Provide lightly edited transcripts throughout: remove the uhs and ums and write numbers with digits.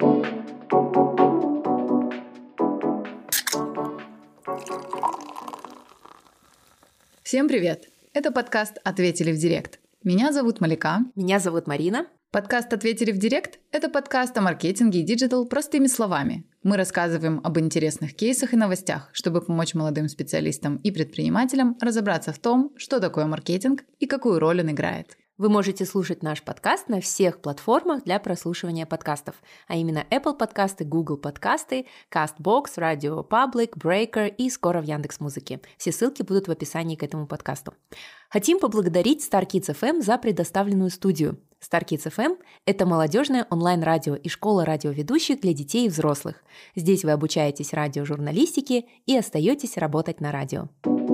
Всем привет! Это подкаст «Ответили в Директ». Меня зовут Малика. Меня зовут Марина. Подкаст «Ответили в Директ» — это подкаст о маркетинге и диджитал простыми словами. Мы рассказываем об интересных кейсах и новостях, чтобы помочь молодым специалистам и предпринимателям разобраться в том, что такое маркетинг и какую роль он играет. Вы можете слушать наш подкаст на всех платформах для прослушивания подкастов, а именно Apple подкасты, Google подкасты, CastBox, Radio Public, Breaker и скоро в Яндекс.Музыке. Все ссылки будут в описании к этому подкасту. Хотим поблагодарить StarKids FM за предоставленную студию. StarKids FM – это молодежное онлайн-радио и школа радиоведущих для детей и взрослых. Здесь вы обучаетесь радиожурналистике и остаетесь работать на радио.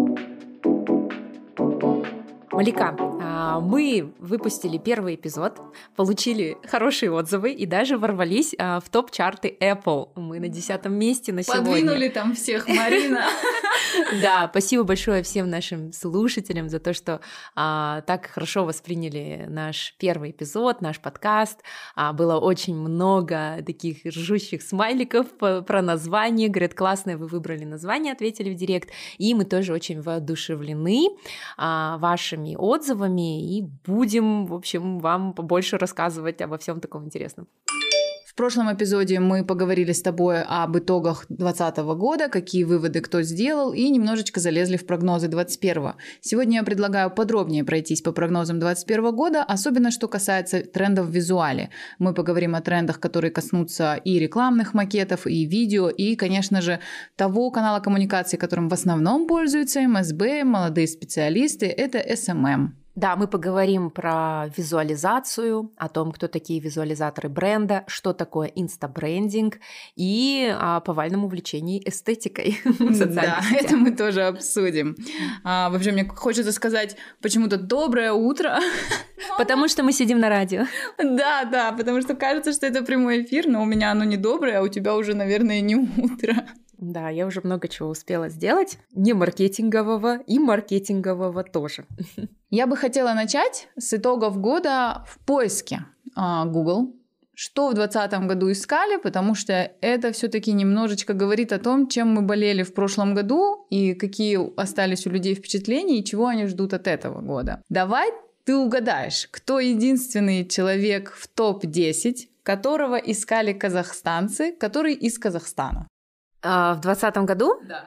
Малика, мы выпустили первый эпизод, получили хорошие отзывы и даже ворвались в топ-чарты Apple. Мы на 10 месте на сегодня. Подвинули там всех, Марина. Да, спасибо большое всем нашим слушателям за то, что так хорошо восприняли наш первый эпизод, наш подкаст. Было очень много таких ржущих смайликов про название. Говорят, классное вы выбрали название, ответили в Директ. И мы тоже очень воодушевлены вашими отзывами и будем, в общем, вам побольше рассказывать обо всем таком интересном. В прошлом эпизоде мы поговорили с тобой об итогах 2020 года, какие выводы кто сделал, и немножечко залезли в прогнозы 2021. Сегодня я предлагаю подробнее пройтись по прогнозам 2021 года, особенно что касается трендов в визуале. Мы поговорим о трендах, которые коснутся и рекламных макетов, и видео, и, конечно же, того канала коммуникации, которым в основном пользуются МСБ, молодые специалисты, это SMM. Да, мы поговорим про визуализацию, о том, кто такие визуализаторы бренда, что такое инстабрендинг и о повальном увлечении эстетикой в социальных сетях. Да, это мы тоже обсудим. Вообще, мне хочется сказать почему-то доброе утро. Потому что мы сидим на радио. Да, потому что кажется, что это прямой эфир, но у меня оно не доброе, а у тебя уже, наверное, не утро. Да, я уже много чего успела сделать, не маркетингового и маркетингового тоже. Я бы хотела начать с итогов года в поиске Google. Что в 2020 году искали, потому что это все-таки немножечко говорит о том, чем мы болели в прошлом году и какие остались у людей впечатления и чего они ждут от этого года. Давай ты угадаешь, кто единственный человек в топ-10, которого искали казахстанцы, который из Казахстана. В 2020 году? Да.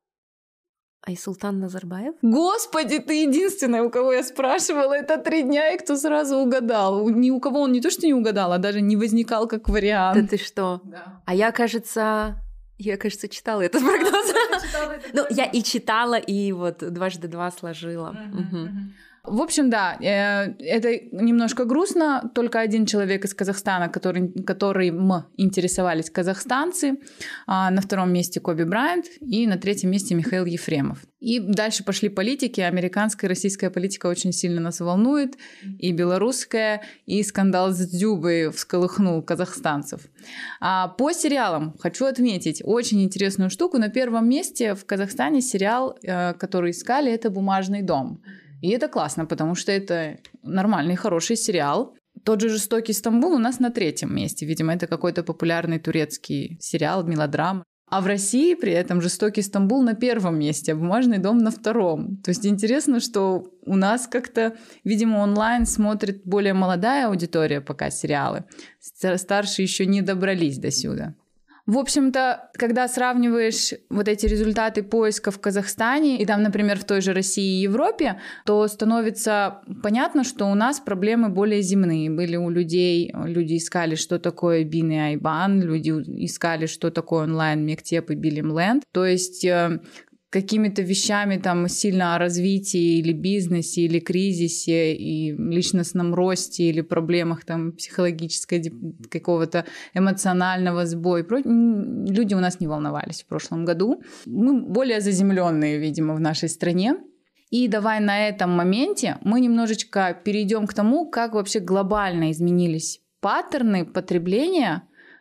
Айсултан Назарбаев? Господи, ты единственная, у кого я спрашивала это 3 дня, и кто сразу угадал. Ни у кого он не то, что не угадал, а даже не возникал как вариант. Да ты что? Да. А я, кажется, читала этот прогноз. Ну, я и читала, и вот 2 × 2 сложила. В общем, да, это немножко грустно. Только один человек из Казахстана, которым интересовались казахстанцы. На 2-м месте Коби Брайант и на 3-м месте Михаил Ефремов. И дальше пошли политики. Американская и российская политика очень сильно нас волнует. И белорусская, и скандал с Дзюбой всколыхнул казахстанцев. По сериалам хочу отметить очень интересную штуку. На 1-м месте в Казахстане сериал, который искали, это «Бумажный дом». И это классно, потому что это нормальный, хороший сериал. Тот же «Жестокий Стамбул» у нас на 3-м месте. Видимо, это какой-то популярный турецкий сериал, мелодрама. А в России при этом «Жестокий Стамбул» на 1-м месте, а «Бумажный дом» на 2-м. То есть интересно, что у нас как-то, видимо, онлайн смотрит более молодая аудитория пока сериалы. Старшие еще не добрались до сюда. В общем-то, когда сравниваешь вот эти результаты поиска в Казахстане и там, например, в той же России и Европе, то становится понятно, что у нас проблемы более земные. Были у людей, люди искали, что такое БИН и Айбан, люди искали, что такое онлайн, Мектеп и Билимленд. То есть какими-то вещами там сильно о развитии или бизнесе, или кризисе, и личностном росте, или проблемах там психологической, какого-то эмоционального сбоя. Люди у нас не волновались в прошлом году. Мы более заземленные, видимо, в нашей стране. И давай на этом моменте мы немножечко перейдем к тому, как вообще глобально изменились паттерны потребления,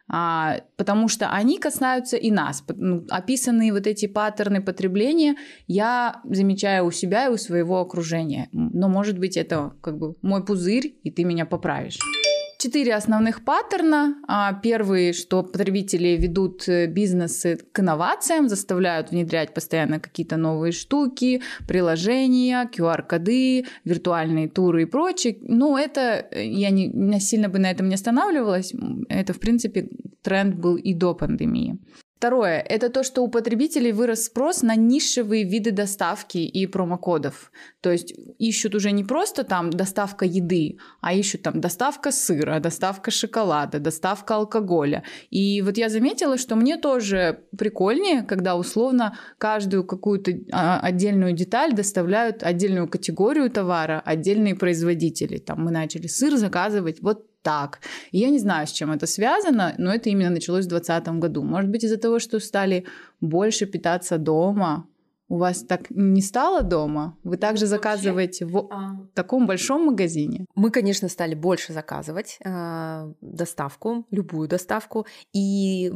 потому что они касаются и нас. Описанные вот эти паттерны потребления я замечаю у себя и у своего окружения. Но, может быть, это как бы мой пузырь, и ты меня поправишь. 4 основных паттерна. Первый, что потребители ведут бизнесы к инновациям, заставляют внедрять постоянно какие-то новые штуки, приложения, QR-коды, виртуальные туры и прочее. Ну, это, я не сильно бы на этом не останавливалась. Это, в принципе, тренд был и до пандемии. Второе – это то, что у потребителей вырос спрос на нишевые виды доставки и промокодов. То есть ищут уже не просто там доставка еды, а ищут там доставка сыра, доставка шоколада, доставка алкоголя. И вот я заметила, что мне тоже прикольнее, когда условно каждую какую-то отдельную деталь доставляют отдельную категорию товара, отдельные производители. Там мы начали сыр заказывать вот так. И я не знаю, с чем это связано, но это именно началось в 2020 году. Может быть, из-за того, что стали больше питаться дома. У вас так не стало дома? Вы также заказываете в таком большом магазине? Мы, конечно, стали больше заказывать доставку, любую доставку. И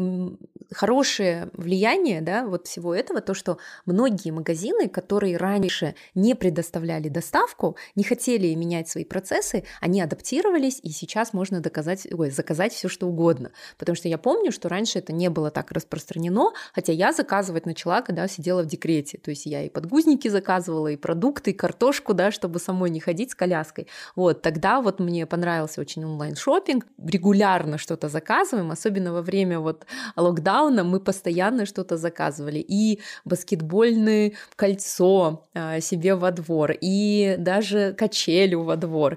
хорошее влияние, да, вот всего этого, то, что многие магазины, которые раньше не предоставляли доставку, не хотели менять свои процессы, они адаптировались, и сейчас можно заказать все что угодно. Потому что я помню, что раньше это не было так распространено, хотя я заказывать начала, когда сидела в декрете. То есть я и подгузники заказывала, и продукты, и картошку, да, чтобы самой не ходить с коляской. Вот, тогда вот мне понравился очень онлайн-шоппинг. Регулярно что-то заказываем, особенно во время вот локдауна мы постоянно что-то заказывали. И баскетбольное кольцо себе во двор, и даже качелю во двор,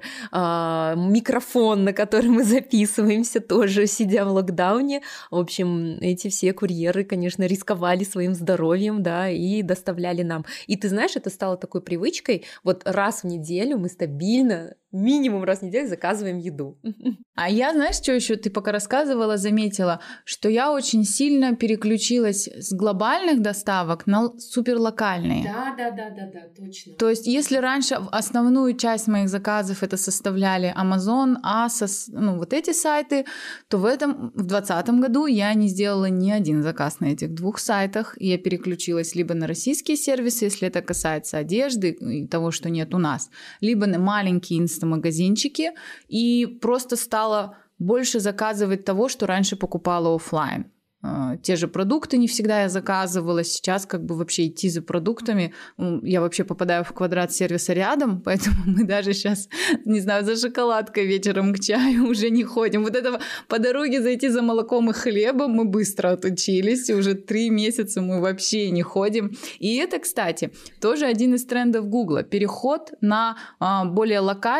микрофон, на который мы записываемся, тоже сидя в локдауне. В общем, эти все курьеры, конечно, рисковали своим здоровьем, да, и доставляли нам. И ты знаешь, это стало такой привычкой. Вот раз в неделю мы стабильно, минимум раз в неделю заказываем еду. А я, знаешь, что еще ты пока рассказывала, заметила, что я очень сильно переключилась с глобальных доставок на суперлокальные. Да, точно. То есть, если раньше основную часть моих заказов это составляли Amazon, Asos, ну вот эти сайты, то в 2020 году я не сделала ни один заказ на этих 2 сайтах. Я переключилась либо на российские сервисы, если это касается одежды и того, что нет у нас, либо на маленькие инстамагазинчики, и просто стала больше заказывать того, что раньше покупала офлайн. Те же продукты не всегда я заказывала. Сейчас как бы вообще идти за продуктами. Я вообще попадаю в квадрат сервиса рядом, поэтому мы даже сейчас, не знаю, за шоколадкой вечером к чаю уже не ходим. Вот этого по дороге зайти за молоком и хлебом мы быстро отучились. Уже 3 месяца мы вообще не ходим. И это, кстати, тоже один из трендов Гугла. Переход на более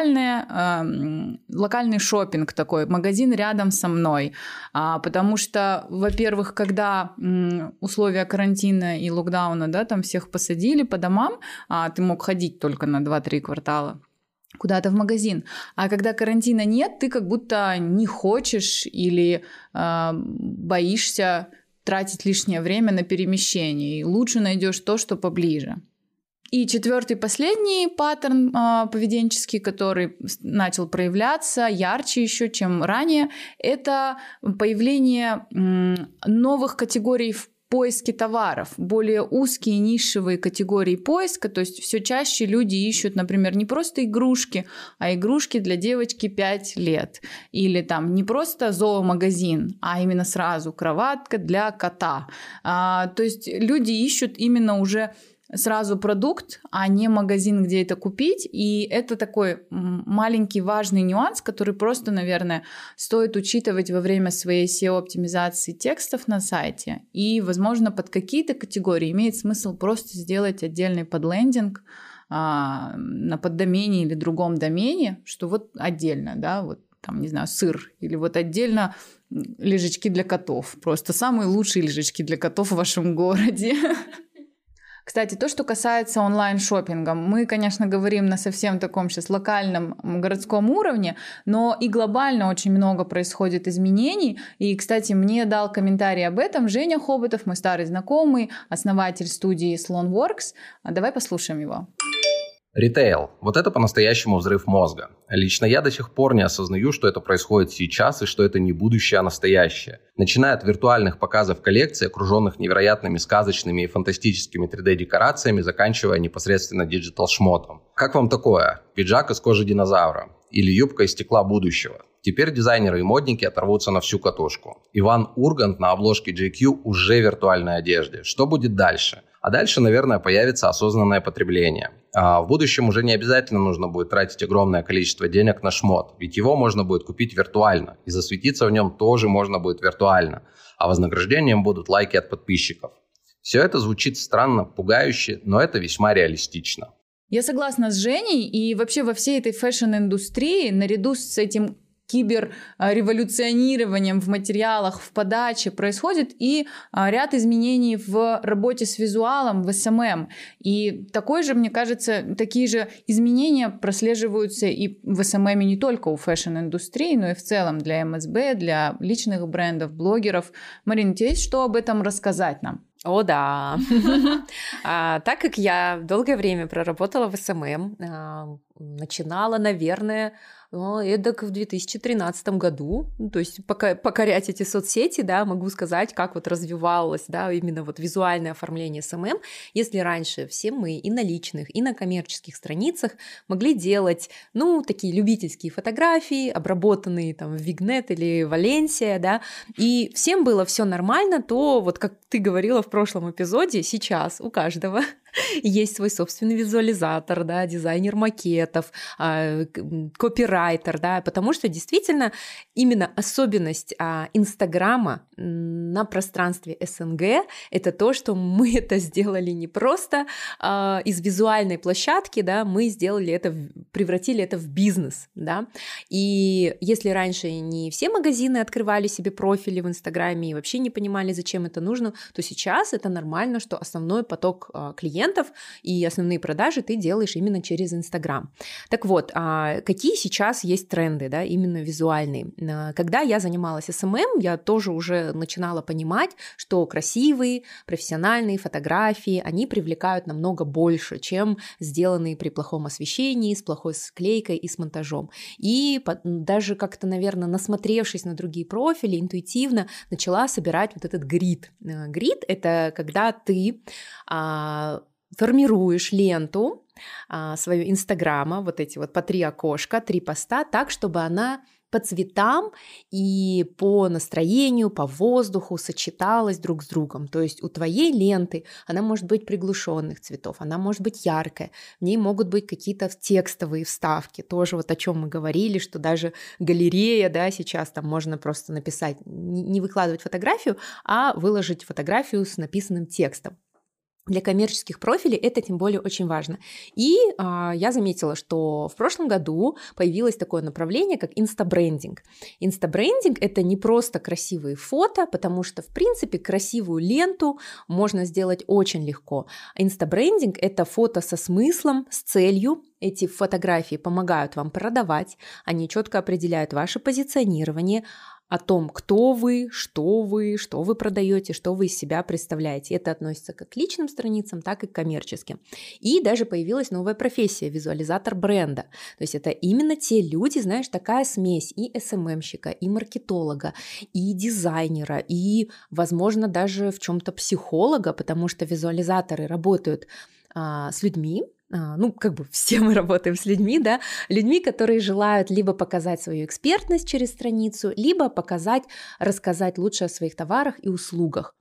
локальный шопинг такой, магазин рядом со мной. Потому что, во-первых, когда условия карантина и локдауна, да, там всех посадили по домам, ты мог ходить только на 2-3 квартала куда-то в магазин. А когда карантина нет, ты как будто не хочешь или боишься тратить лишнее время на перемещение. И лучше найдешь то, что поближе. И 4-й, последний паттерн поведенческий, который начал проявляться ярче еще, чем ранее, это появление новых категорий в поиске товаров, более узкие нишевые категории поиска, то есть все чаще люди ищут, например, не просто игрушки, а игрушки для девочки 5 лет, или там не просто зоомагазин, а именно сразу кроватка для кота. То есть люди ищут именно уже сразу продукт, а не магазин, где это купить. И это такой маленький важный нюанс, который просто, наверное, стоит учитывать во время своей SEO-оптимизации текстов на сайте. И, возможно, под какие-то категории имеет смысл просто сделать отдельный подлендинг на поддомене или другом домене, что вот отдельно, да, вот там, не знаю, сыр, или вот отдельно лежачки для котов. Просто самые лучшие лежачки для котов в вашем городе. Кстати, то, что касается онлайн-шоппинга, мы, конечно, говорим на совсем таком сейчас локальном городском уровне, но и глобально очень много происходит изменений. И, кстати, мне дал комментарий об этом Женя Хоботов, мой старый знакомый, основатель студии Sloanworks. Давай послушаем его. Ритейл. Вот это по-настоящему взрыв мозга. Лично я до сих пор не осознаю, что это происходит сейчас и что это не будущее, а настоящее. Начиная от виртуальных показов коллекций, окруженных невероятными сказочными и фантастическими 3D-декорациями, заканчивая непосредственно диджитал-шмотом. Как вам такое? Пиджак из кожи динозавра? Или юбка из стекла будущего? Теперь дизайнеры и модники оторвутся на всю катушку. Иван Ургант на обложке GQ уже в виртуальной одежде. Что будет дальше? А дальше, наверное, появится осознанное потребление. В будущем уже не обязательно нужно будет тратить огромное количество денег на шмот, ведь его можно будет купить виртуально, и засветиться в нем тоже можно будет виртуально, а вознаграждением будут лайки от подписчиков. Все это звучит странно, пугающе, но это весьма реалистично. Я согласна с Женей, и вообще во всей этой фэшн-индустрии, наряду с этим киберреволюционированием в материалах, в подаче происходит и ряд изменений в работе с визуалом, в SMM. И такой же, мне кажется, такие же изменения прослеживаются и в SMM не только у фэшн-индустрии, но и в целом для МСБ, для личных брендов, блогеров. Марина, у тебя есть что об этом рассказать нам? О, да. Так как я долгое время проработала в СММ, начинала, наверное, эдак в 2013 году, то есть покорять эти соцсети, да, могу сказать, как вот развивалось, да, именно вот визуальное оформление СММ. Если раньше все мы и на личных, и на коммерческих страницах могли делать, такие любительские фотографии, обработанные там в Вигнет или Валенсия, да, и всем было все нормально, то вот как ты говорила в прошлом эпизоде, сейчас у каждого есть свой собственный визуализатор, да, дизайнер макетов, копирайтер, да, потому что действительно именно особенность Инстаграма на пространстве СНГ — это то, что мы это сделали не просто из визуальной площадки, да, мы сделали это, превратили это в бизнес, да, и если раньше не все магазины открывали себе профили в Инстаграме и вообще не понимали, зачем это нужно, то сейчас это нормально, что основной поток клиентов и основные продажи ты делаешь именно через Инстаграм. Так вот, какие сейчас есть тренды, да, именно визуальные? Когда я занималась СММ, я тоже уже начинала понимать, что красивые, профессиональные фотографии, они привлекают намного больше, чем сделанные при плохом освещении, с плохой склейкой и с монтажом. И даже как-то, наверное, насмотревшись на другие профили, интуитивно начала собирать вот этот грид. Грид — это когда ты формируешь ленту свою Инстаграма, вот эти вот по 3 окошка, 3 поста, так, чтобы она по цветам и по настроению, по воздуху сочеталась друг с другом. То есть у твоей ленты она может быть приглушенных цветов, она может быть яркая, в ней могут быть какие-то текстовые вставки, тоже вот о чем мы говорили, что даже галерея, да, сейчас там можно просто написать, не выкладывать фотографию, а выложить фотографию с написанным текстом. Для коммерческих профилей это тем более очень важно. И я заметила, что в прошлом году появилось такое направление, как инстабрендинг. Инстабрендинг — это не просто красивые фото, потому что, в принципе, красивую ленту можно сделать очень легко. Инстабрендинг — это фото со смыслом, с целью. Эти фотографии помогают вам продавать, они четко определяют ваше позиционирование, о том, кто вы, что вы продаете, что вы из себя представляете. Это относится как к личным страницам, так и к коммерческим. И даже появилась новая профессия — визуализатор бренда. То есть это именно те люди, знаешь, такая смесь и СММщика, и маркетолога, и дизайнера, и, возможно, даже в чем-то психолога, потому что визуализаторы работают с людьми. Все мы работаем с людьми, да, людьми, которые желают либо показать свою экспертность через страницу, либо рассказать лучше о своих товарах и услугах.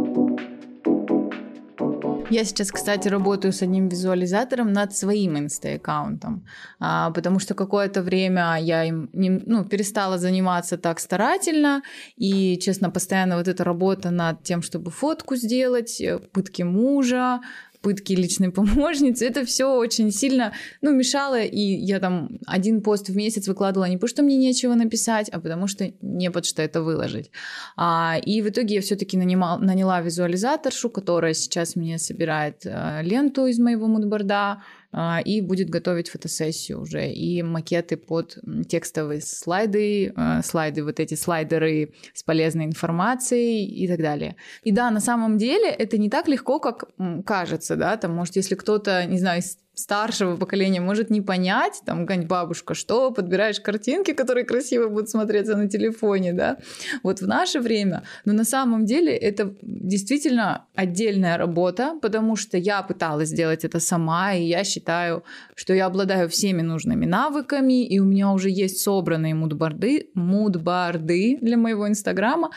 Я сейчас, кстати, работаю с одним визуализатором над своим инста-аккаунтом, потому что какое-то время я им перестала заниматься так старательно, и, честно, постоянно вот эта работа над тем, чтобы фотку сделать, пытки мужа, пытки личной помощницы, это все очень сильно мешало, и я там 1 пост в месяц выкладывала не потому, что мне нечего написать, а потому что не под что это выложить. И в итоге я все-таки наняла визуализаторшу, которая сейчас мне собирает ленту из моего мудборда и будет готовить фотосессию уже, и макеты под текстовые слайды, вот эти слайдеры с полезной информацией и так далее. И да, на самом деле это не так легко, как кажется, да, там, может, если кто-то, не знаю, из старшего поколения может не понять, там, какая-нибудь бабушка, что подбираешь картинки, которые красиво будут смотреться на телефоне, да, вот в наше время, но на самом деле это действительно отдельная работа, потому что я пыталась сделать это сама, и я считаю, что я обладаю всеми нужными навыками, и у меня уже есть собранные мудборды для моего инстаграма,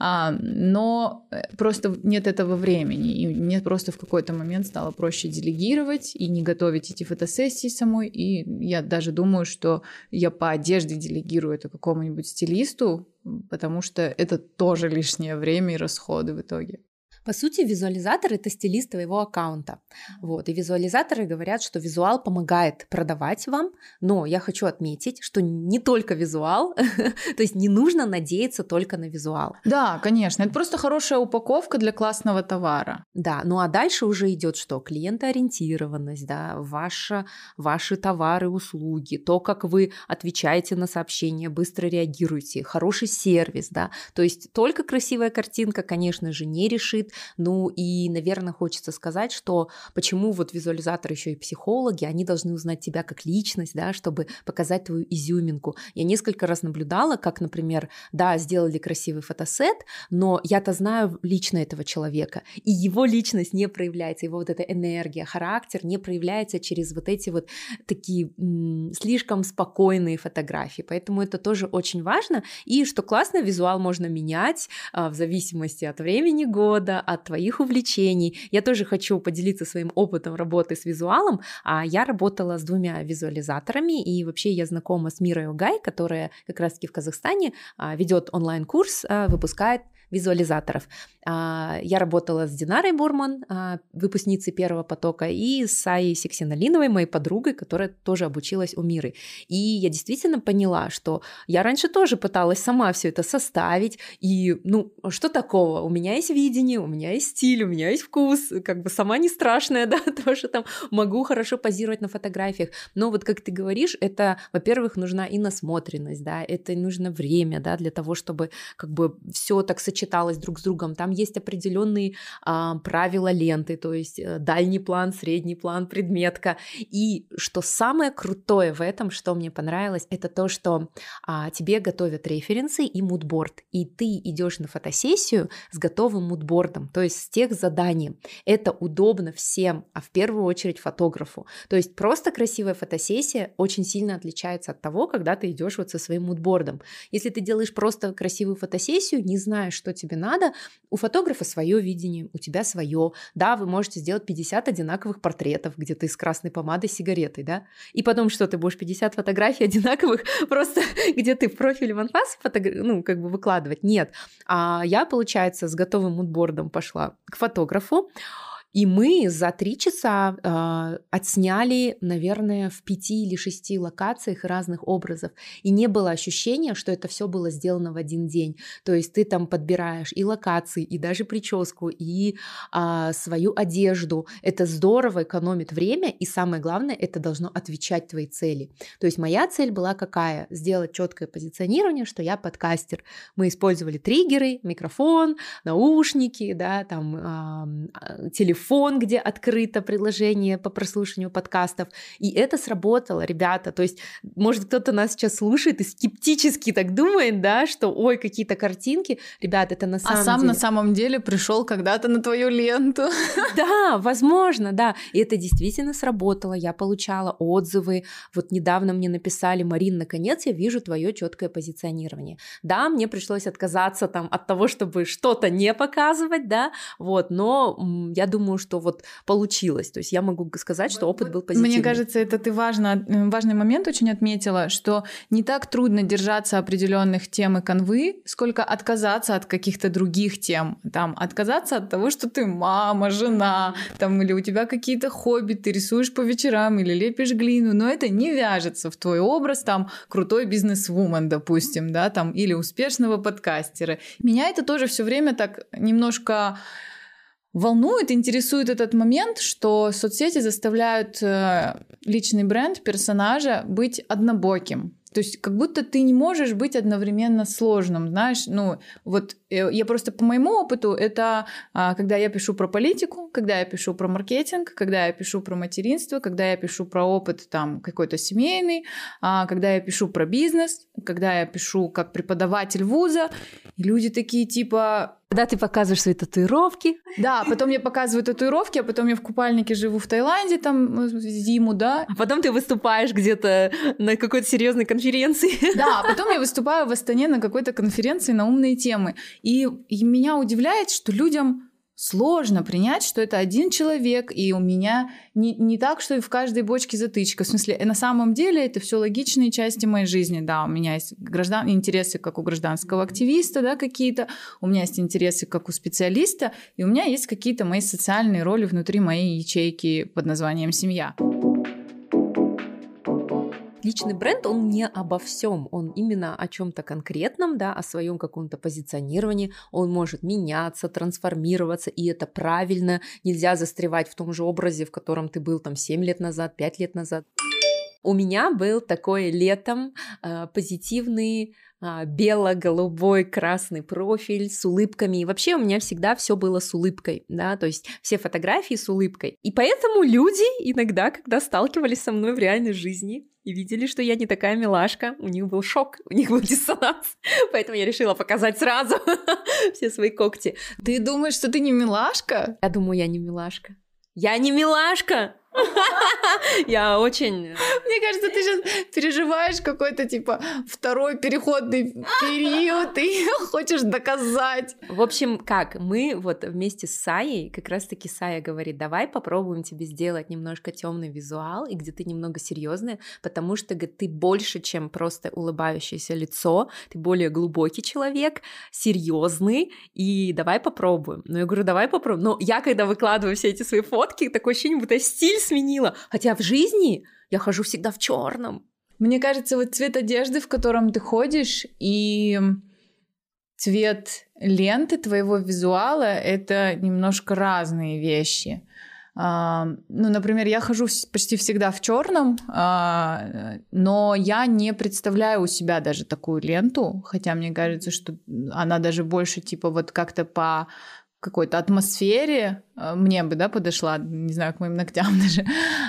но просто нет этого времени, и мне просто в какой-то момент стало проще делегировать и не готовить эти фотосессии самой, и я даже думаю, что я по одежде делегирую это какому-нибудь стилисту, потому что это тоже лишнее время и расходы в итоге. По сути, визуализатор — это стилист твоего аккаунта. Вот. И визуализаторы говорят, что визуал помогает продавать вам, но я хочу отметить, что не только визуал, то есть не нужно надеяться только на визуал. Да, конечно, это просто хорошая упаковка для классного товара. Да, ну а дальше уже идет что? Клиентоориентированность, да, ваши товары, услуги, то, как вы отвечаете на сообщения, быстро реагируете, хороший сервис, да, то есть только красивая картинка, конечно же, не решит. Ну и, наверное, хочется сказать, что почему вот визуализаторы еще и психологи, они должны узнать тебя как личность, да, чтобы показать твою изюминку. Я несколько раз наблюдала, как, например, да, сделали красивый фотосет, но я-то знаю лично этого человека, и его личность не проявляется, его вот эта энергия, характер не проявляется через вот эти вот такие слишком спокойные фотографии, поэтому это тоже очень важно, и что классно, визуал можно менять в зависимости от времени года, от твоих увлечений. Я тоже хочу поделиться своим опытом работы с визуалом. Я работала с 2 визуализаторами, и вообще я знакома с Мирой Огай, которая как раз-таки в Казахстане ведет онлайн-курс, выпускает визуализаторов. Я работала с Динарой Бурман, выпускницей первого потока, и с Аей Сиксиналиновой, моей подругой, которая тоже обучилась у Миры. И я действительно поняла, что я раньше тоже пыталась сама все это составить, и, что такого? У меня есть видение, у меня есть стиль, у меня есть вкус, как бы сама не страшная, да, тоже там могу хорошо позировать на фотографиях, но вот как ты говоришь, это, во-первых, нужна и насмотренность, да, это нужно время, да, для того, чтобы как бы все так сочеталось друг с другом. Там есть определенные правила ленты, то есть дальний план, средний план, предметка. И что самое крутое в этом, что мне понравилось, это то, что тебе готовят референсы и мудборд, и ты идешь на фотосессию с готовым мудбордом, то есть с техзаданием. Это удобно всем, а в первую очередь фотографу. То есть просто красивая фотосессия очень сильно отличается от того, когда ты идешь вот со своим мудбордом. Если ты делаешь просто красивую фотосессию, не зная, что тебе надо, у фотографа свое видение, у тебя свое. Да, вы можете сделать 50 одинаковых портретов, где ты с красной помадой, сигаретой, да, и потом что, ты будешь 50 фотографий одинаковых, просто где ты в профиле OnePass выкладывать? Нет. Я, получается, с готовым мудбордом пошла к фотографу, и мы за 3 часа отсняли, наверное, в 5 или 6 локациях разных образов. И не было ощущения, что это все было сделано в один день. То есть ты там подбираешь и локации, и даже прическу, и свою одежду. Это здорово экономит время, и самое главное, это должно отвечать твоей цели. То есть моя цель была какая? Сделать четкое позиционирование, что я подкастер. Мы использовали триггеры, микрофон, наушники, да, там телефон, где открыто приложение по прослушиванию подкастов, и это сработало, ребята, то есть, может, кто-то нас сейчас слушает и скептически так думает, да, что, ой, какие-то картинки, ребят, это на самом деле... на самом деле пришел когда-то на твою ленту. Да, возможно, да, и это действительно сработало, я получала отзывы, вот недавно мне написали: Марин, наконец я вижу твое четкое позиционирование. Да, мне пришлось отказаться там от того, чтобы что-то не показывать, да, вот, но я думаю, что вот получилось. То есть я могу сказать, что опыт был позитивный. Мне кажется, это ты важный момент очень отметила, что не так трудно держаться определенных тем и канвы, сколько отказаться от каких-то других тем. Там, отказаться от того, что ты мама, жена, там, или у тебя какие-то хобби, ты рисуешь по вечерам или лепишь глину, но это не вяжется в твой образ, там, крутой бизнес-вумен, допустим, да, там, или успешного подкастера. Меня это тоже все время так немножко волнует, интересует этот момент, что соцсети заставляют личный бренд персонажа быть однобоким. То есть как будто ты не можешь быть одновременно сложным, знаешь. Ну, вот я просто по моему опыту, это когда я пишу про политику, когда я пишу про маркетинг, когда я пишу про материнство, когда я пишу про опыт там какой-то семейный, когда я пишу про бизнес, когда я пишу как преподаватель вуза, и люди такие типа... Когда ты показываешь свои татуировки. Да, потом я показываю татуировки, а потом я в купальнике живу в Таиланде, там зиму, да. А потом ты выступаешь где-то на какой-то серьезной конференции. Да, а потом я выступаю в Астане на какой-то конференции на умные темы. И меня удивляет, что людям сложно принять, что это один человек, и у меня не так, что в каждой бочке затычка. В смысле, на самом деле это все логичные части моей жизни. Да, у меня есть интересы, как у гражданского активиста, да, какие-то, у меня есть интересы, как у специалиста, и у меня есть какие-то мои социальные роли внутри моей ячейки под названием «семья». Личный бренд, он не обо всем, он именно о чем-то конкретном, да, о своем каком-то позиционировании, он может меняться, трансформироваться, и это правильно, нельзя застревать в том же образе, в котором ты был там 7 лет назад, 5 лет назад. У меня был такой летом позитивный бело-голубой красный профиль с улыбками. И вообще у меня всегда все было с улыбкой, да, то есть все фотографии с улыбкой. И поэтому люди иногда, когда сталкивались со мной в реальной жизни и видели, что я не такая милашка, у них был шок, у них был диссонанс. Поэтому я решила показать сразу все свои когти. Ты думаешь, что ты не милашка? Я думаю, я не милашка. Я не милашка! Я очень... Мне кажется, ты сейчас переживаешь какой-то, типа, второй переходный период и хочешь доказать. В общем, как, мы вот вместе с Саей, как раз-таки Сая говорит, давай попробуем тебе сделать немножко темный визуал, и где ты немного серьезная, потому что, говорит, ты больше, чем просто улыбающееся лицо, ты более глубокий человек, серьезный, и давай попробуем. Ну, я говорю, давай попробуем. Но я, когда выкладываю все эти свои фотки, такое ощущение, будто стиль сменила. Хотя в жизни я хожу всегда в черном. Мне кажется, вот цвет одежды, в котором ты ходишь, и цвет ленты твоего визуала — это немножко разные вещи. Ну, например, я хожу почти всегда в черном, но я не представляю у себя даже такую ленту, хотя мне кажется, что она даже больше типа вот как-то по какой-то атмосфере мне бы, да, подошла, не знаю, к моим ногтям даже.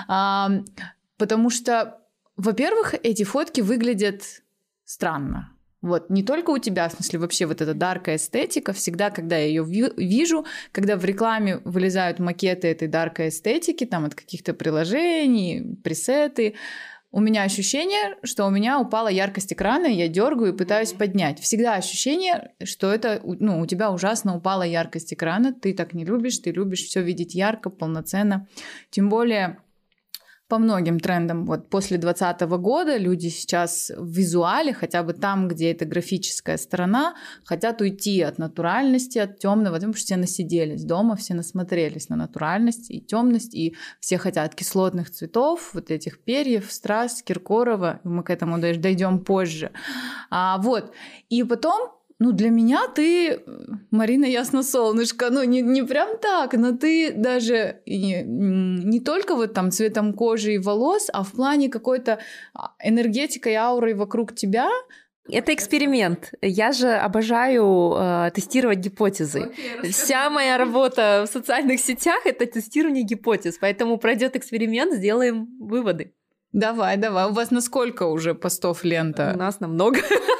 Потому что, во-первых, эти фотки выглядят странно. Вот, не только у тебя, в смысле, вообще вот эта даркая эстетика, всегда, когда я ее вижу, когда в рекламе вылезают макеты этой даркой эстетики, там от каких-то приложений, пресеты, у меня ощущение, что у меня упала яркость экрана, я дергаю и пытаюсь поднять. Всегда ощущение, что это, ну, у тебя ужасно упала яркость экрана, ты так не любишь, ты любишь все видеть ярко, полноценно. Тем более по многим трендам. Вот после 2020 года люди сейчас в визуале, хотя бы там, где это графическая сторона, хотят уйти от натуральности, от темного, потому что все насиделись дома, все насмотрелись на натуральность и темность, и все хотят кислотных цветов, вот этих перьев, страз, Киркорова. Мы к этому дойдем позже. Вот. И потом, ну, для меня ты, Марина Ясносолнышко, ну, не прям так, но ты даже не только вот там цветом кожи и волос, а в плане какой-то энергетикой, аурой вокруг тебя. Это эксперимент. Я же обожаю тестировать гипотезы. Вся моя работа в социальных сетях — это тестирование гипотез, поэтому пройдет эксперимент, сделаем выводы. Давай. У вас на сколько уже постов лента? У нас намного.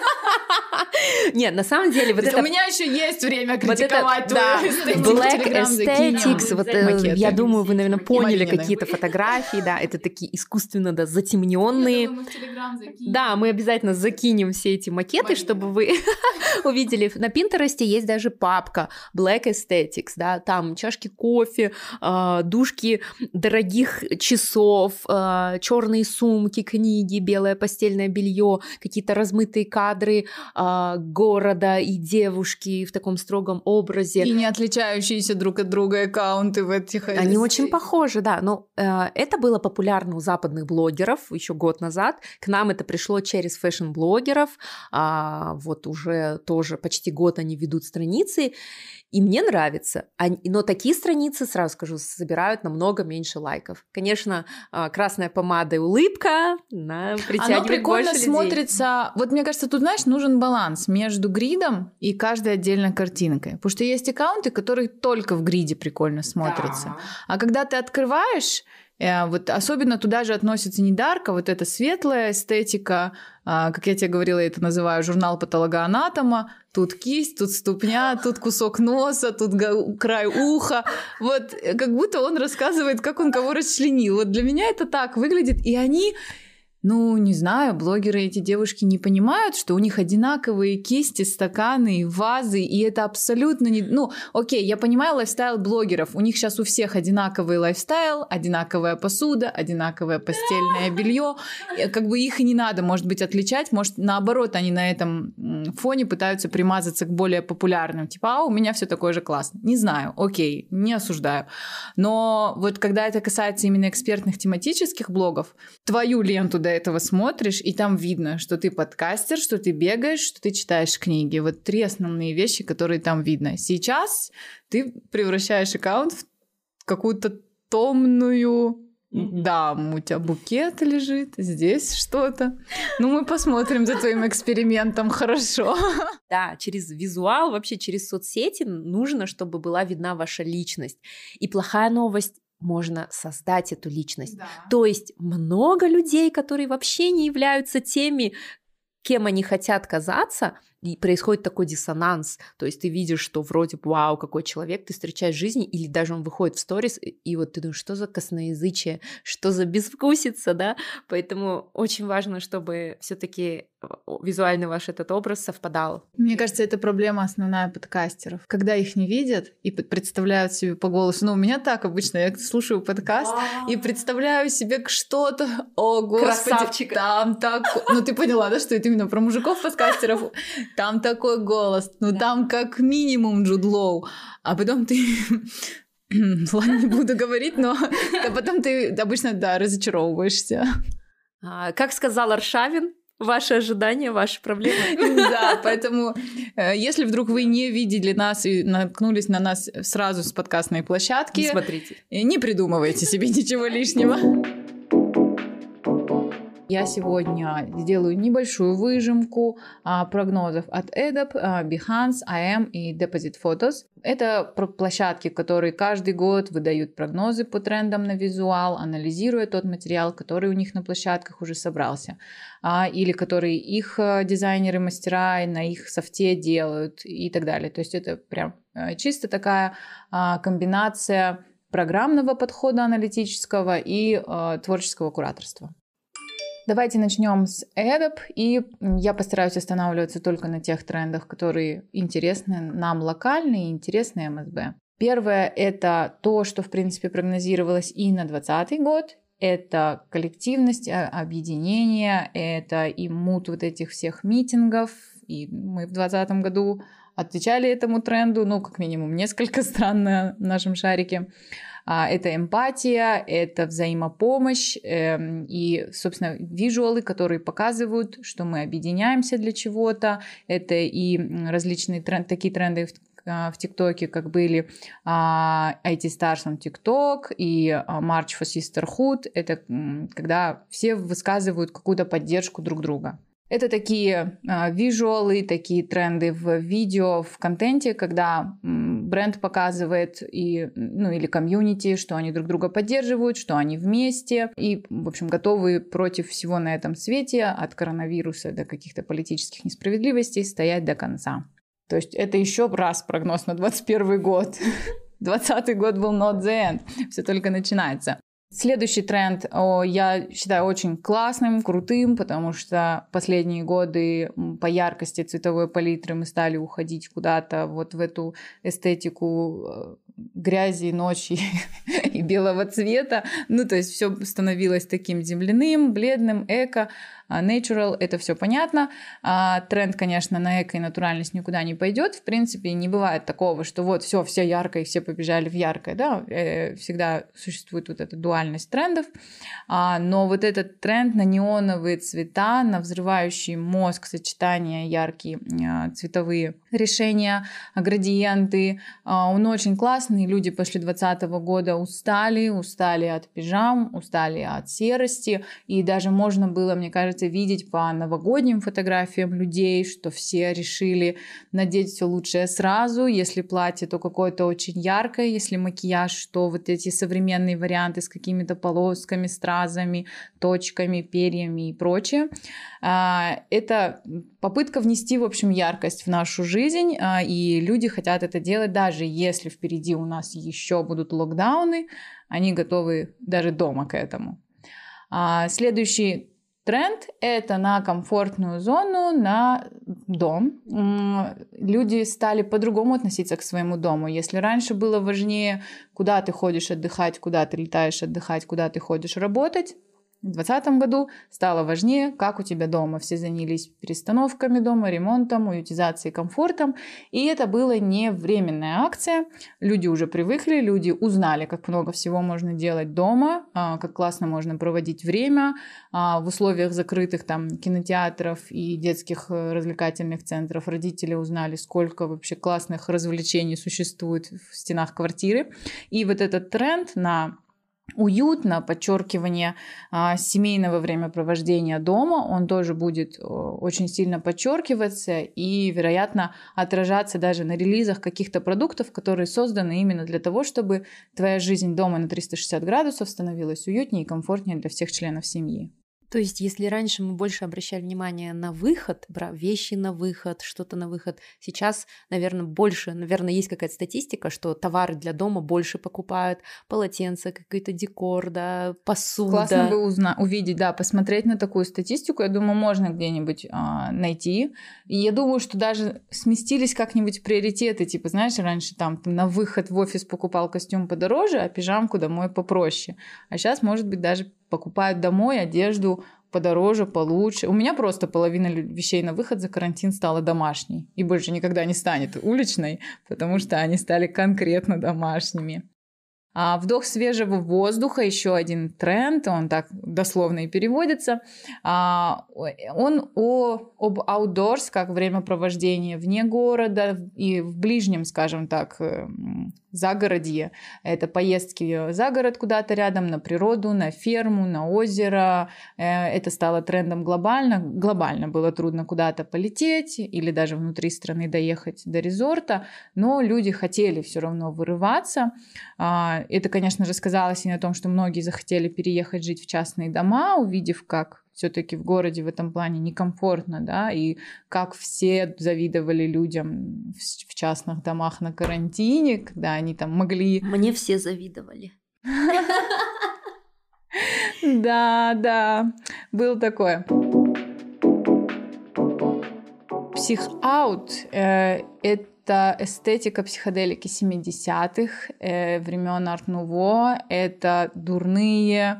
Нет, на самом деле вот это... У меня еще есть время критиковать твою эстетику. Black Aesthetics, вот, я думаю, вы, наверное, поняли какие-то фотографии, да, это такие искусственно, да, затемненные. Да, мы обязательно закинем все эти макеты, чтобы вы увидели. На Пинтересте есть даже папка Black Aesthetics, да, там чашки кофе, дужки дорогих часов, черные сумки, книги, белое постельное белье, какие-то размытые кадры города и девушки в таком строгом образе. И не отличающиеся друг от друга аккаунты в этих... Они очень похожи, да. Но это было популярно у западных блогеров еще год назад. К нам это пришло через фэшн-блогеров. Вот уже тоже почти год они ведут страницы. И мне нравится. Но такие страницы, сразу скажу, собирают намного меньше лайков. Конечно, красная помада и улыбка притягивает Оно прикольно больше смотрится. Вот мне кажется, тут, знаешь, нужен баланс между гридом и каждой отдельной картинкой. Потому что есть аккаунты, которые только в гриде прикольно смотрятся. Да. А когда ты открываешь, вот особенно туда же относится не дарка, вот эта светлая эстетика, как я тебе говорила, я это называю журнал патологоанатома. Тут кисть, тут ступня, тут кусок носа, тут край уха. Вот как будто он рассказывает, как он кого расчленил. Вот для меня это так выглядит. И они... Ну, не знаю, блогеры, эти девушки не понимают, что у них одинаковые кисти, стаканы, вазы, и это абсолютно не... Ну, окей, я понимаю лайфстайл блогеров, у них сейчас у всех одинаковый лайфстайл, одинаковая посуда, одинаковое постельное белье, как бы их и не надо, может быть, отличать, может, наоборот, они на этом фоне пытаются примазаться к более популярным, типа, у меня все такое же классно. Не знаю, окей, не осуждаю. Но вот когда это касается именно экспертных тематических блогов, твою ленту до этого смотришь, и там видно, что ты подкастер, что ты бегаешь, что ты читаешь книги. Вот 3 основные вещи, которые там видно. Сейчас ты превращаешь аккаунт в какую-то томную даму. У тебя букет лежит, здесь что-то. Ну, мы посмотрим за твоим экспериментом, хорошо. Да, через визуал, вообще через соцсети нужно, чтобы была видна ваша личность. И плохая новость: можно создать эту личность. Да. То есть много людей, которые вообще не являются теми, кем они хотят казаться, и происходит такой диссонанс. То есть ты видишь, что вроде вау, какой человек ты встречаешь в жизни, или даже он выходит в сторис, и вот ты думаешь, что за косноязычие, что за безвкусица, да? Поэтому очень важно, чтобы все-таки визуальный ваш этот образ совпадал. Мне кажется, это проблема основная подкастеров. Когда их не видят и представляют себе по голосу. Ну, у меня так обычно. Я слушаю подкаст и представляю себе что-то. О, господи, красавчика. Там так... Ну, ты поняла, да, что это именно про мужиков-подкастеров? Там такой голос. Ну, да. Там как минимум Джуд Лоу. А потом ты... Ладно, не буду говорить, но потом ты обычно, да, разочаровываешься. Как сказал Аршавин, ваши ожидания, ваши проблемы. Да, поэтому если вдруг вы не видели нас и наткнулись на нас сразу с подкастной площадки, не смотрите. Не придумывайте себе ничего лишнего. Я сегодня сделаю небольшую выжимку прогнозов от Adobe, Behance, IM и Deposit Photos. Это площадки, которые каждый год выдают прогнозы по трендам на визуал, анализируя тот материал, который у них на площадках уже собрался, или который их дизайнеры, мастера на их софте делают и так далее. То есть это прям чисто такая комбинация программного подхода аналитического и творческого кураторства. Давайте начнем с Adobe, и я постараюсь останавливаться только на тех трендах, которые интересны нам локально и интересны МСБ. Первое – это то, что, в принципе, прогнозировалось и на 2020 год. Это коллективность, объединение, это и мут вот этих всех митингов. И мы в 2020 году отвечали этому тренду, ну, как минимум, несколько стран на нашем шарике. Это эмпатия, это взаимопомощь и, собственно, визуалы, которые показывают, что мы объединяемся для чего-то. Это и различные такие тренды в ТикТоке, как были IT Stars on TikTok и March for Sisterhood. Это когда все высказывают какую-то поддержку друг друга. Это такие визуалы, такие тренды в видео, в контенте, когда бренд показывает или комьюнити, что они друг друга поддерживают, что они вместе и, в общем, готовы против всего на этом свете, от коронавируса до каких-то политических несправедливостей, стоять до конца. То есть это еще раз прогноз на 2021 год. 2020 год был not the end, все только начинается. Следующий тренд я считаю очень классным, крутым, потому что последние годы по яркости цветовой палитры мы стали уходить куда-то вот в эту эстетику грязи, ночи и белого цвета. Ну, то есть все становилось таким земляным, бледным, эко, natural, это все понятно. Тренд, конечно, на эко и натуральность никуда не пойдет. В принципе, не бывает такого, что вот все яркое, и все побежали в яркое, да, всегда существует вот эта дуальность трендов. Но вот этот тренд на неоновые цвета, на взрывающий мозг сочетания, яркие цветовые решения, градиенты, он очень классный. Люди после 2020 года устали от пижам, устали от серости, и даже можно было, мне кажется, видеть по новогодним фотографиям людей, что все решили надеть все лучшее сразу. Если платье, то какое-то очень яркое. Если макияж, то вот эти современные варианты с какими-то полосками, стразами, точками, перьями и прочее. Это попытка внести, в общем, яркость в нашу жизнь, и люди хотят это делать, даже если впереди у нас еще будут локдауны, они готовы даже дома к этому. Следующий тренд – это на комфортную зону, на дом. Люди стали по-другому относиться к своему дому. Если раньше было важнее, куда ты ходишь отдыхать, куда ты летаешь отдыхать, куда ты ходишь работать, в 2020 году стало важнее, как у тебя дома. Все занялись перестановками дома, ремонтом, уютизацией, комфортом. И это была не временная акция. Люди уже привыкли, люди узнали, как много всего можно делать дома, как классно можно проводить время в условиях закрытых там кинотеатров и детских развлекательных центров. Родители узнали, сколько вообще классных развлечений существует в стенах квартиры. И вот этот тренд на уют, на подчеркивание семейного времяпровождения дома, он тоже будет очень сильно подчеркиваться и, вероятно, отражаться даже на релизах каких-то продуктов, которые созданы именно для того, чтобы твоя жизнь дома на 360 градусов становилась уютнее и комфортнее для всех членов семьи. То есть, если раньше мы больше обращали внимание на выход, вещи на выход, что-то на выход, сейчас, наверное, есть какая-то статистика, что товары для дома больше покупают, полотенца, какой-то декор, да, посуда. Классно бы увидеть, да, посмотреть на такую статистику, я думаю, можно где-нибудь найти. И я думаю, что даже сместились как-нибудь приоритеты, типа, знаешь, раньше там ты на выход в офис покупал костюм подороже, а пижамку домой попроще. А сейчас, может быть, даже покупают домой одежду подороже, получше. У меня просто половина вещей на выход за карантин стала домашней и больше никогда не станет уличной, потому что они стали конкретно домашними. Вдох свежего воздуха, еще один тренд, он так дословно и переводится. Он об outdoors, как времяпровождение вне города и в ближнем, скажем так, загородье. Это поездки за город куда-то рядом, на природу, на ферму, на озеро. Это стало трендом глобально. Глобально было трудно куда-то полететь или даже внутри страны доехать до резорта, но люди хотели все равно вырываться. Это, конечно же, сказалось и на том, что многие захотели переехать жить в частные дома, увидев, как все-таки в городе в этом плане некомфортно, да, и как все завидовали людям в частных домах на карантине, когда они там могли... Мне все завидовали. Да, был такое. Псих-аут — это эстетика психоделики 70-х, времен Арт-Нуво. Это дурные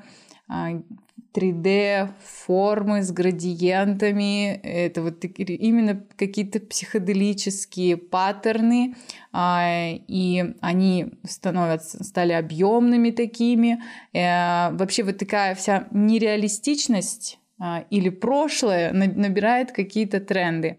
3D-формы с градиентами. Это вот именно какие-то психоделические паттерны. И они стали объемными такими. Вообще вот такая вся нереалистичность или прошлое набирает какие-то тренды.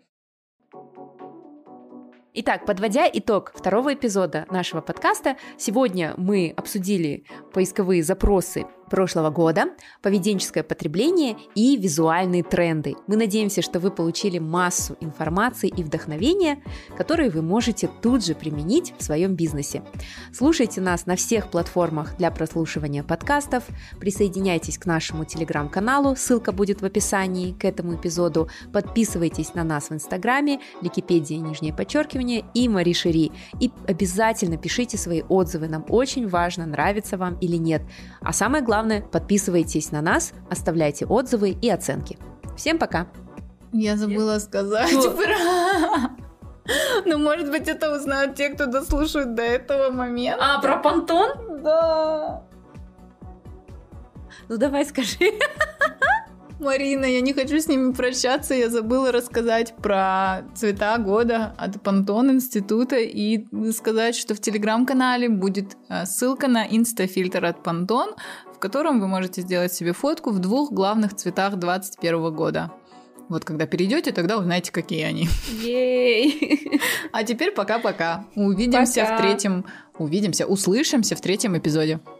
Итак, подводя итог второго эпизода нашего подкаста, сегодня мы обсудили поисковые запросы прошлого года, поведенческое потребление и визуальные тренды. Мы надеемся, что вы получили массу информации и вдохновения, которые вы можете тут же применить в своем бизнесе. Слушайте нас на всех платформах для прослушивания подкастов, присоединяйтесь к нашему телеграм-каналу, ссылка будет в описании к этому эпизоду, подписывайтесь на нас в Инстаграме, Ликипедия, _, и Мари Шери. И обязательно пишите свои отзывы, нам очень важно, нравится вам или нет. А самое главное, подписывайтесь на нас, оставляйте отзывы и оценки. Всем пока! Я забыла сказать. Ну, может быть, это узнают те, кто дослушает до этого момента. А, про Pantone? Да. Ну, давай скажи. Марина, я не хочу с ними прощаться, я забыла рассказать про цвета года от Pantone института и сказать, что в телеграм-канале будет ссылка на инстафильтр от Pantone, в котором вы можете сделать себе фотку в 2 главных цветах 2021 года. Вот когда перейдете, тогда узнаете, какие они. Ей! А теперь пока-пока. Услышимся в 3-м эпизоде.